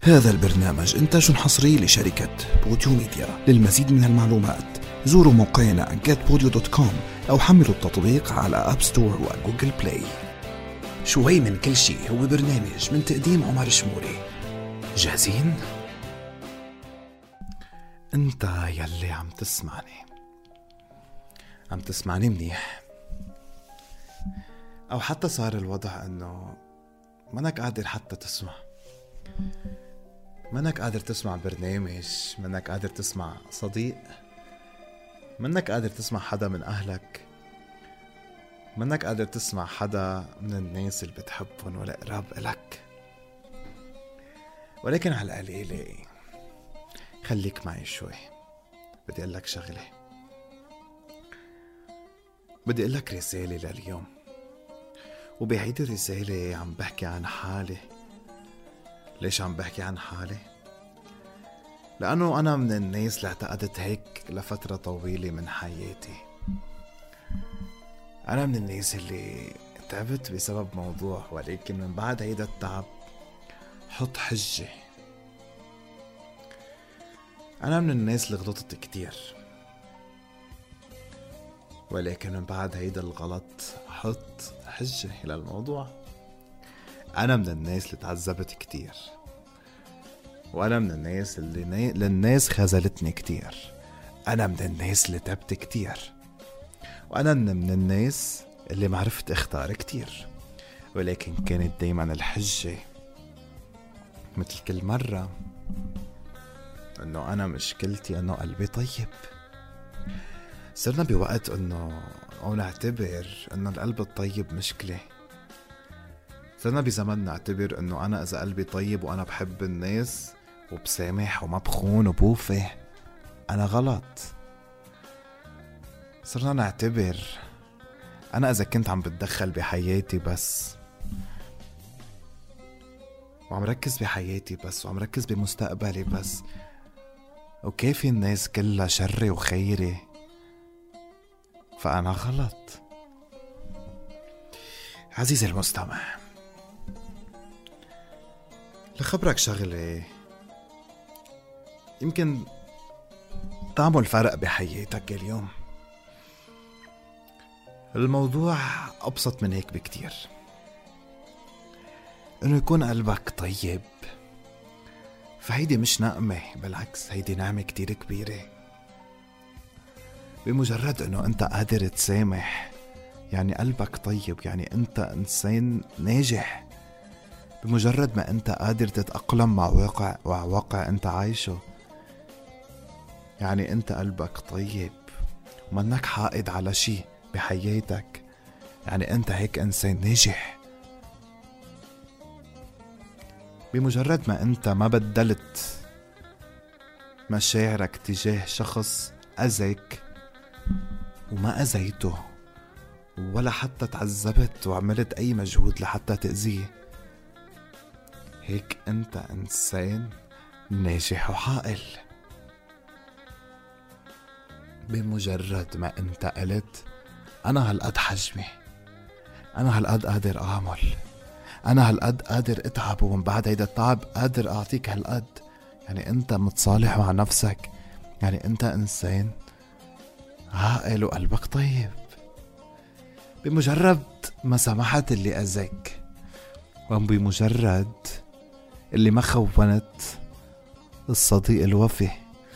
هذا البرنامج إنتاج حصري لشركة بوديو ميديا. للمزيد من المعلومات زوروا موقعنا getpodio.com أو حملوا التطبيق على أب ستور وجوجل بلاي. شوي من كل شيء هو برنامج من تقديم عمر شموري. جاهزين؟ انت يلي عم تسمعني منيح، أو حتى صار الوضع أنه منك قادر حتى تسمع، منك قادر تسمع برنامج، منك قادر تسمع صديق، منك قادر تسمع حدا من أهلك، منك قادر تسمع حدا من الناس اللي بتحبهم ولا قراب إلك. ولكن على القليلة خليك معي شوي، بدي أقول لك شغلة، بدي أقول لك رسالة لليوم. وبهيدي الرسالة عم بحكي عن حالي. ليش عم بحكي عن حالي؟ لأنه أنا من الناس اللي اعتقدت هيك لفترة طويلة من حياتي. أنا من الناس اللي تعبت بسبب موضوع، ولكن من بعد هيدا التعب حط حجة. أنا من الناس اللي غلطت كتير، ولكن من بعد هيدا الغلط حط حجة للموضوع. أنا من الناس اللي تعذبت كتير، وأنا من الناس اللي للناس خذلتني كتير. أنا من الناس اللي تعبت كتير، وأنا من الناس اللي معرفت اختار كتير. ولكن كانت دايما الحجة مثل كل مرة أنه أنا مشكلتي أنه قلبي طيب. صرنا بوقت أنه أو نعتبر أنه القلب الطيب مشكلة. صرنا بزمن نعتبر أنه أنا إذا قلبي طيب وأنا بحب الناس وبسامح وما بخون وبوفي أنا غلط. صرنا نعتبر أنا إذا كنت عم بتدخل بحياتي بس وعم ركز بحياتي بس وعم ركز بمستقبلي بس وكيفي الناس كلها شري وخيري فأنا غلط. عزيزي المستمع، لخبرك شغلة يمكن تعمل فرق بحياتك اليوم. الموضوع أبسط من هيك بكتير. إنه يكون قلبك طيب فهيدي مش نقمة، بالعكس هيدي نعمة كتير كبيرة. بمجرد إنه أنت قادر تسامح يعني قلبك طيب، يعني أنت إنسان ناجح. بمجرد ما أنت قادر تتأقلم مع واقع أنت عايشه يعني أنت قلبك طيب ومنك حائد على شيء بحياتك، يعني أنت هيك إنسان ناجح. بمجرد ما أنت ما بدلت مشاعرك تجاه شخص أذيك وما أذيته ولا حتى تعذبت وعملت أي مجهود لحتى تأذيه، هيك أنت إنسان ناجح وعاقل. بمجرد ما أنت قلت أنا هالقد حجمي، أنا هالقد قادر أعمل، أنا هالقد قادر أتعب ومن بعد هيدا التعب قادر أعطيك هالقد، يعني أنت متصالح مع نفسك، يعني أنت إنسان عاقل وقلبك طيب. بمجرد ما سمحت اللي أذيك، وبمجرد اللي ما خونت الصديق الوفي،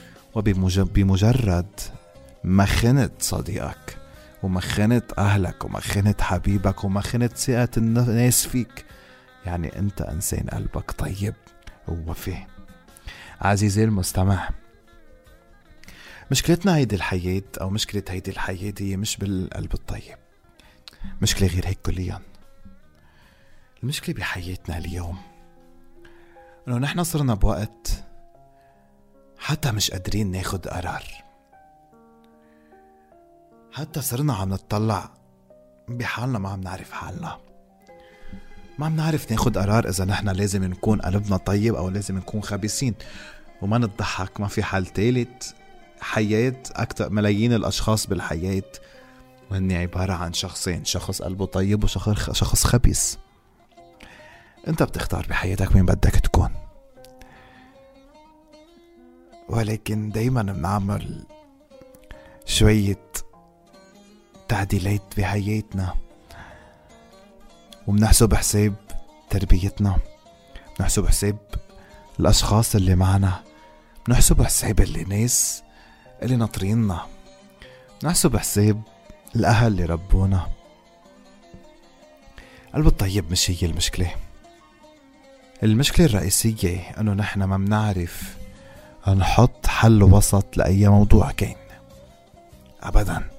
وبمجرد ما خنت صديقك وما خنت أهلك وما خنت حبيبك وما خنت ثقة الناس فيك، يعني أنت إنسان قلبك طيب ووفي. عزيزي المستمع، مشكلتنا هيدي الحياة أو مشكلة هيدي الحياة هي مش بالقلب الطيب، مشكلة غير هيك كليا. المشكلة بحياتنا اليوم إنه نحن صرنا بوقت حتى مش قادرين ناخد قرار، حتى صرنا عم نتطلع بحالنا ما عم نعرف حالنا، ما عم نعرف ناخد قرار إذا نحن لازم نكون قلبنا طيب أو لازم نكون خبيثين. وما نضحك، ما في حال ثالث. حياة أكتر ملايين الأشخاص بالحياة وهن عبارة عن شخصين، شخص قلبه طيب وشخص خبيث. انت بتختار بحياتك مين بدك تكون. ولكن دايما بنعمل شوية تعديلات بحياتنا، وبنحسب حساب تربيتنا، بنحسب حساب الأشخاص اللي معنا، بنحسب حساب اللي ناس اللي ناطريننا، بنحسب حساب الأهل اللي ربونا. قلب الطيب مش هي المشكلة. المشكلة الرئيسية أنه نحن ما بنعرف نحط حل وسط لأي موضوع كان أبدا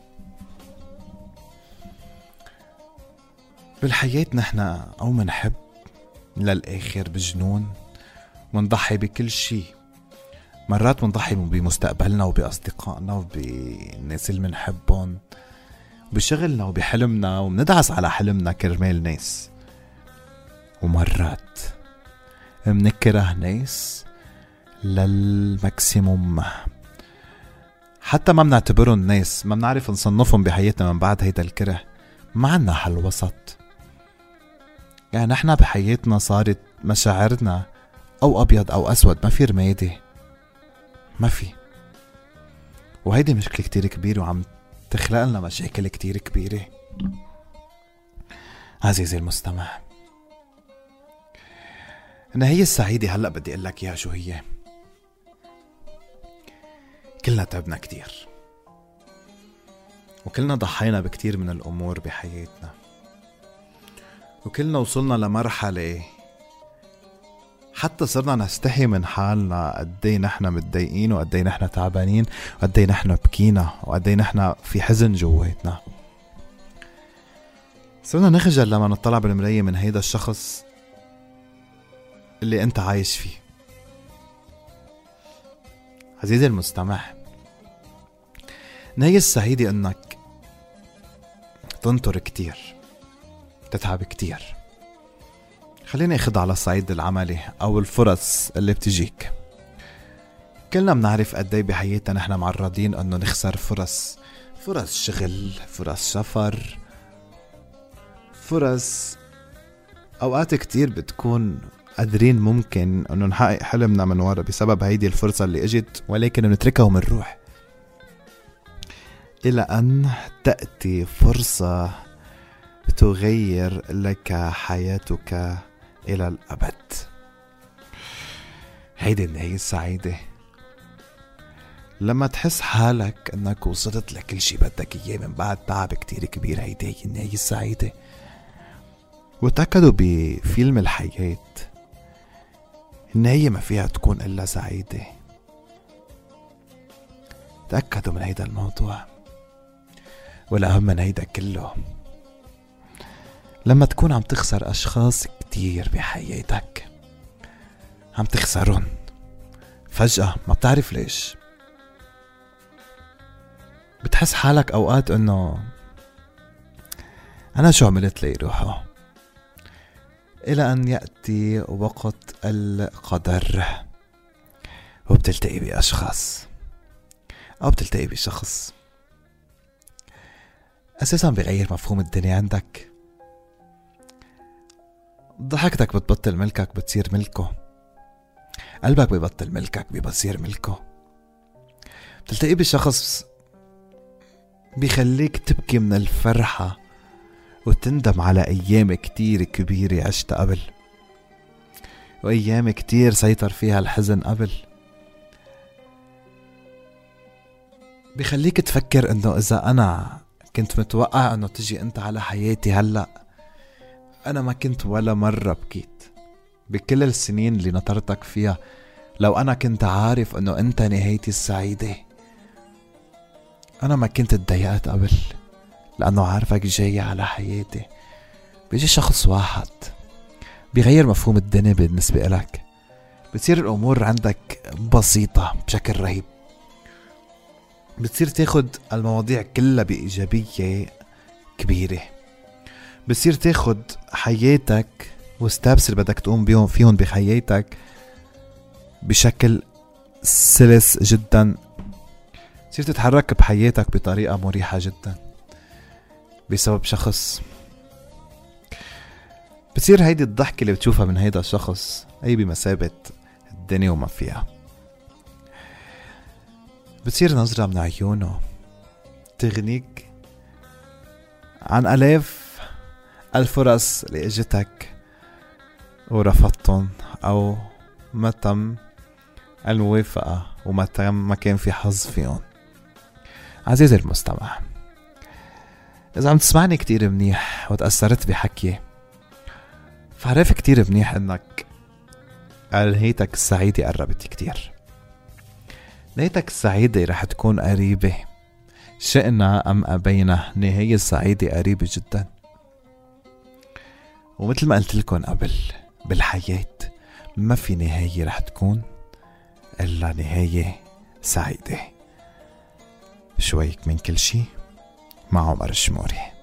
بالحياة. نحن أو منحب للآخر بجنون، منضحي بكل شي. مرات منضحي بمستقبلنا وبأصدقائنا وبالناس اللي منحبهم وبشغلنا وبحلمنا، ومندعس على حلمنا كرمال ناس. ومرات منكره ناس للماكسيموم، حتى ما بنعتبرهم ناس، ما بنعرف نصنفهم بحياتنا من بعد هيدا الكره. ما عنا حل وسط. يعني نحنا بحياتنا صارت مشاعرنا او ابيض او اسود، ما في رمادي، ما في. وهيدي مشكلة كتير كبيرة وعم تخلق لنا مشاكل كتير كبيرة. عزيزي المستمع، النهاية السعيدة هلأ بدي اقول لك اياها شو هي. كلنا تعبنا كتير، وكلنا ضحينا بكتير من الامور بحياتنا، وكلنا وصلنا لمرحلة حتى صرنا نستحي من حالنا قدي نحنا متضايقين، وقدي نحنا تعبانين، وقدي نحنا بكينا، وقدي نحنا في حزن جواتنا. صرنا نخجل لما نطلع بالمراية من هيدا الشخص اللي انت عايش فيه. عزيزي المستمع، النهاية السعيدة انك تنطر كتير، تتعب كتير. خليني اخد على الصعيد العملي او الفرص اللي بتجيك. كلنا بنعرف قدي بحياتنا نحن معرضين انه نخسر فرص شغل، فرص سفر، فرص اوقات كتير بتكون قادرين ممكن انه نحقق حلمنا من ورا بسبب هيدي الفرصة اللي اجت، ولكن بنتركها ومنروح. الى ان تأتي فرصة تغير لك حياتك إلى الأبد. هيدي النهاية السعيدة، لما تحس حالك أنك وصلت لكل شي بدك إياه من بعد تعب كتير كبير. هيدي النهاية السعيدة. وتأكدوا بفيلم الحياة النهاية ما فيها تكون إلا سعيدة. تأكدوا من هيدا الموضوع. والأهم من هيدا كله، لما تكون عم تخسر أشخاص كتير بحياتك، عم تخسرون فجأة ما بتعرف ليش، بتحس حالك أوقات أنه أنا شو عملت لي روحه، إلى أن يأتي وقت القدر وبتلتقي بأشخاص أو بتلتقي بشخص أساسا بغير مفهوم الدنيا عندك. ضحكتك بتبطل ملكك بتصير ملكه، قلبك بيبطل ملكك بيصير ملكه. بتلتقي بشخص بيخليك تبكي من الفرحة وتندم على أيام كتير كبيرة عشت قبل، وأيام كتير سيطر فيها الحزن قبل. بيخليك تفكر انه اذا انا كنت متوقع انه تجي انت على حياتي هلأ، انا ما كنت ولا مرة بكيت بكل السنين اللي نطرتك فيها. لو انا كنت عارف انه انت نهايتي السعيدة، انا ما كنت اتضايقت قبل، لانه عارفك جاي على حياتي. بيجي شخص واحد بيغير مفهوم الدنيا بالنسبة لك، بتصير الامور عندك بسيطة بشكل رهيب، بتصير تاخد المواضيع كلها بإيجابية كبيرة، بتصير تاخد حياتك وستابس اللي بدك تقوم فيهم بحياتك بشكل سلس جدا، بتصير تتحرك بحياتك بطريقة مريحة جدا بسبب شخص. بتصير هيدي الضحكة اللي بتشوفها من هيدا الشخص أي بمثابة الدنيا وما فيها. بتصير نظرة من عيونه تغنيك عن آلاف الفرص اللي اجتك ورفضتن أو ما تم الموافقة وما ما كان في حظ فيهم. عزيزي المستمع، إذا عم تسمعني كتير منيح وتأثرت بحكي، فعرف كتير منيح إنك نهايتك السعيدة قربت كتير. نهايتك السعيدة رح تكون قريبة، شئنا أم أبينا نهاية السعيدة قريبة جدا. ومثل ما قلت لكم قبل، بالحياة ما في نهاية رح تكون إلا نهاية سعيدة. شويك من كل شي مع عمر الشموري.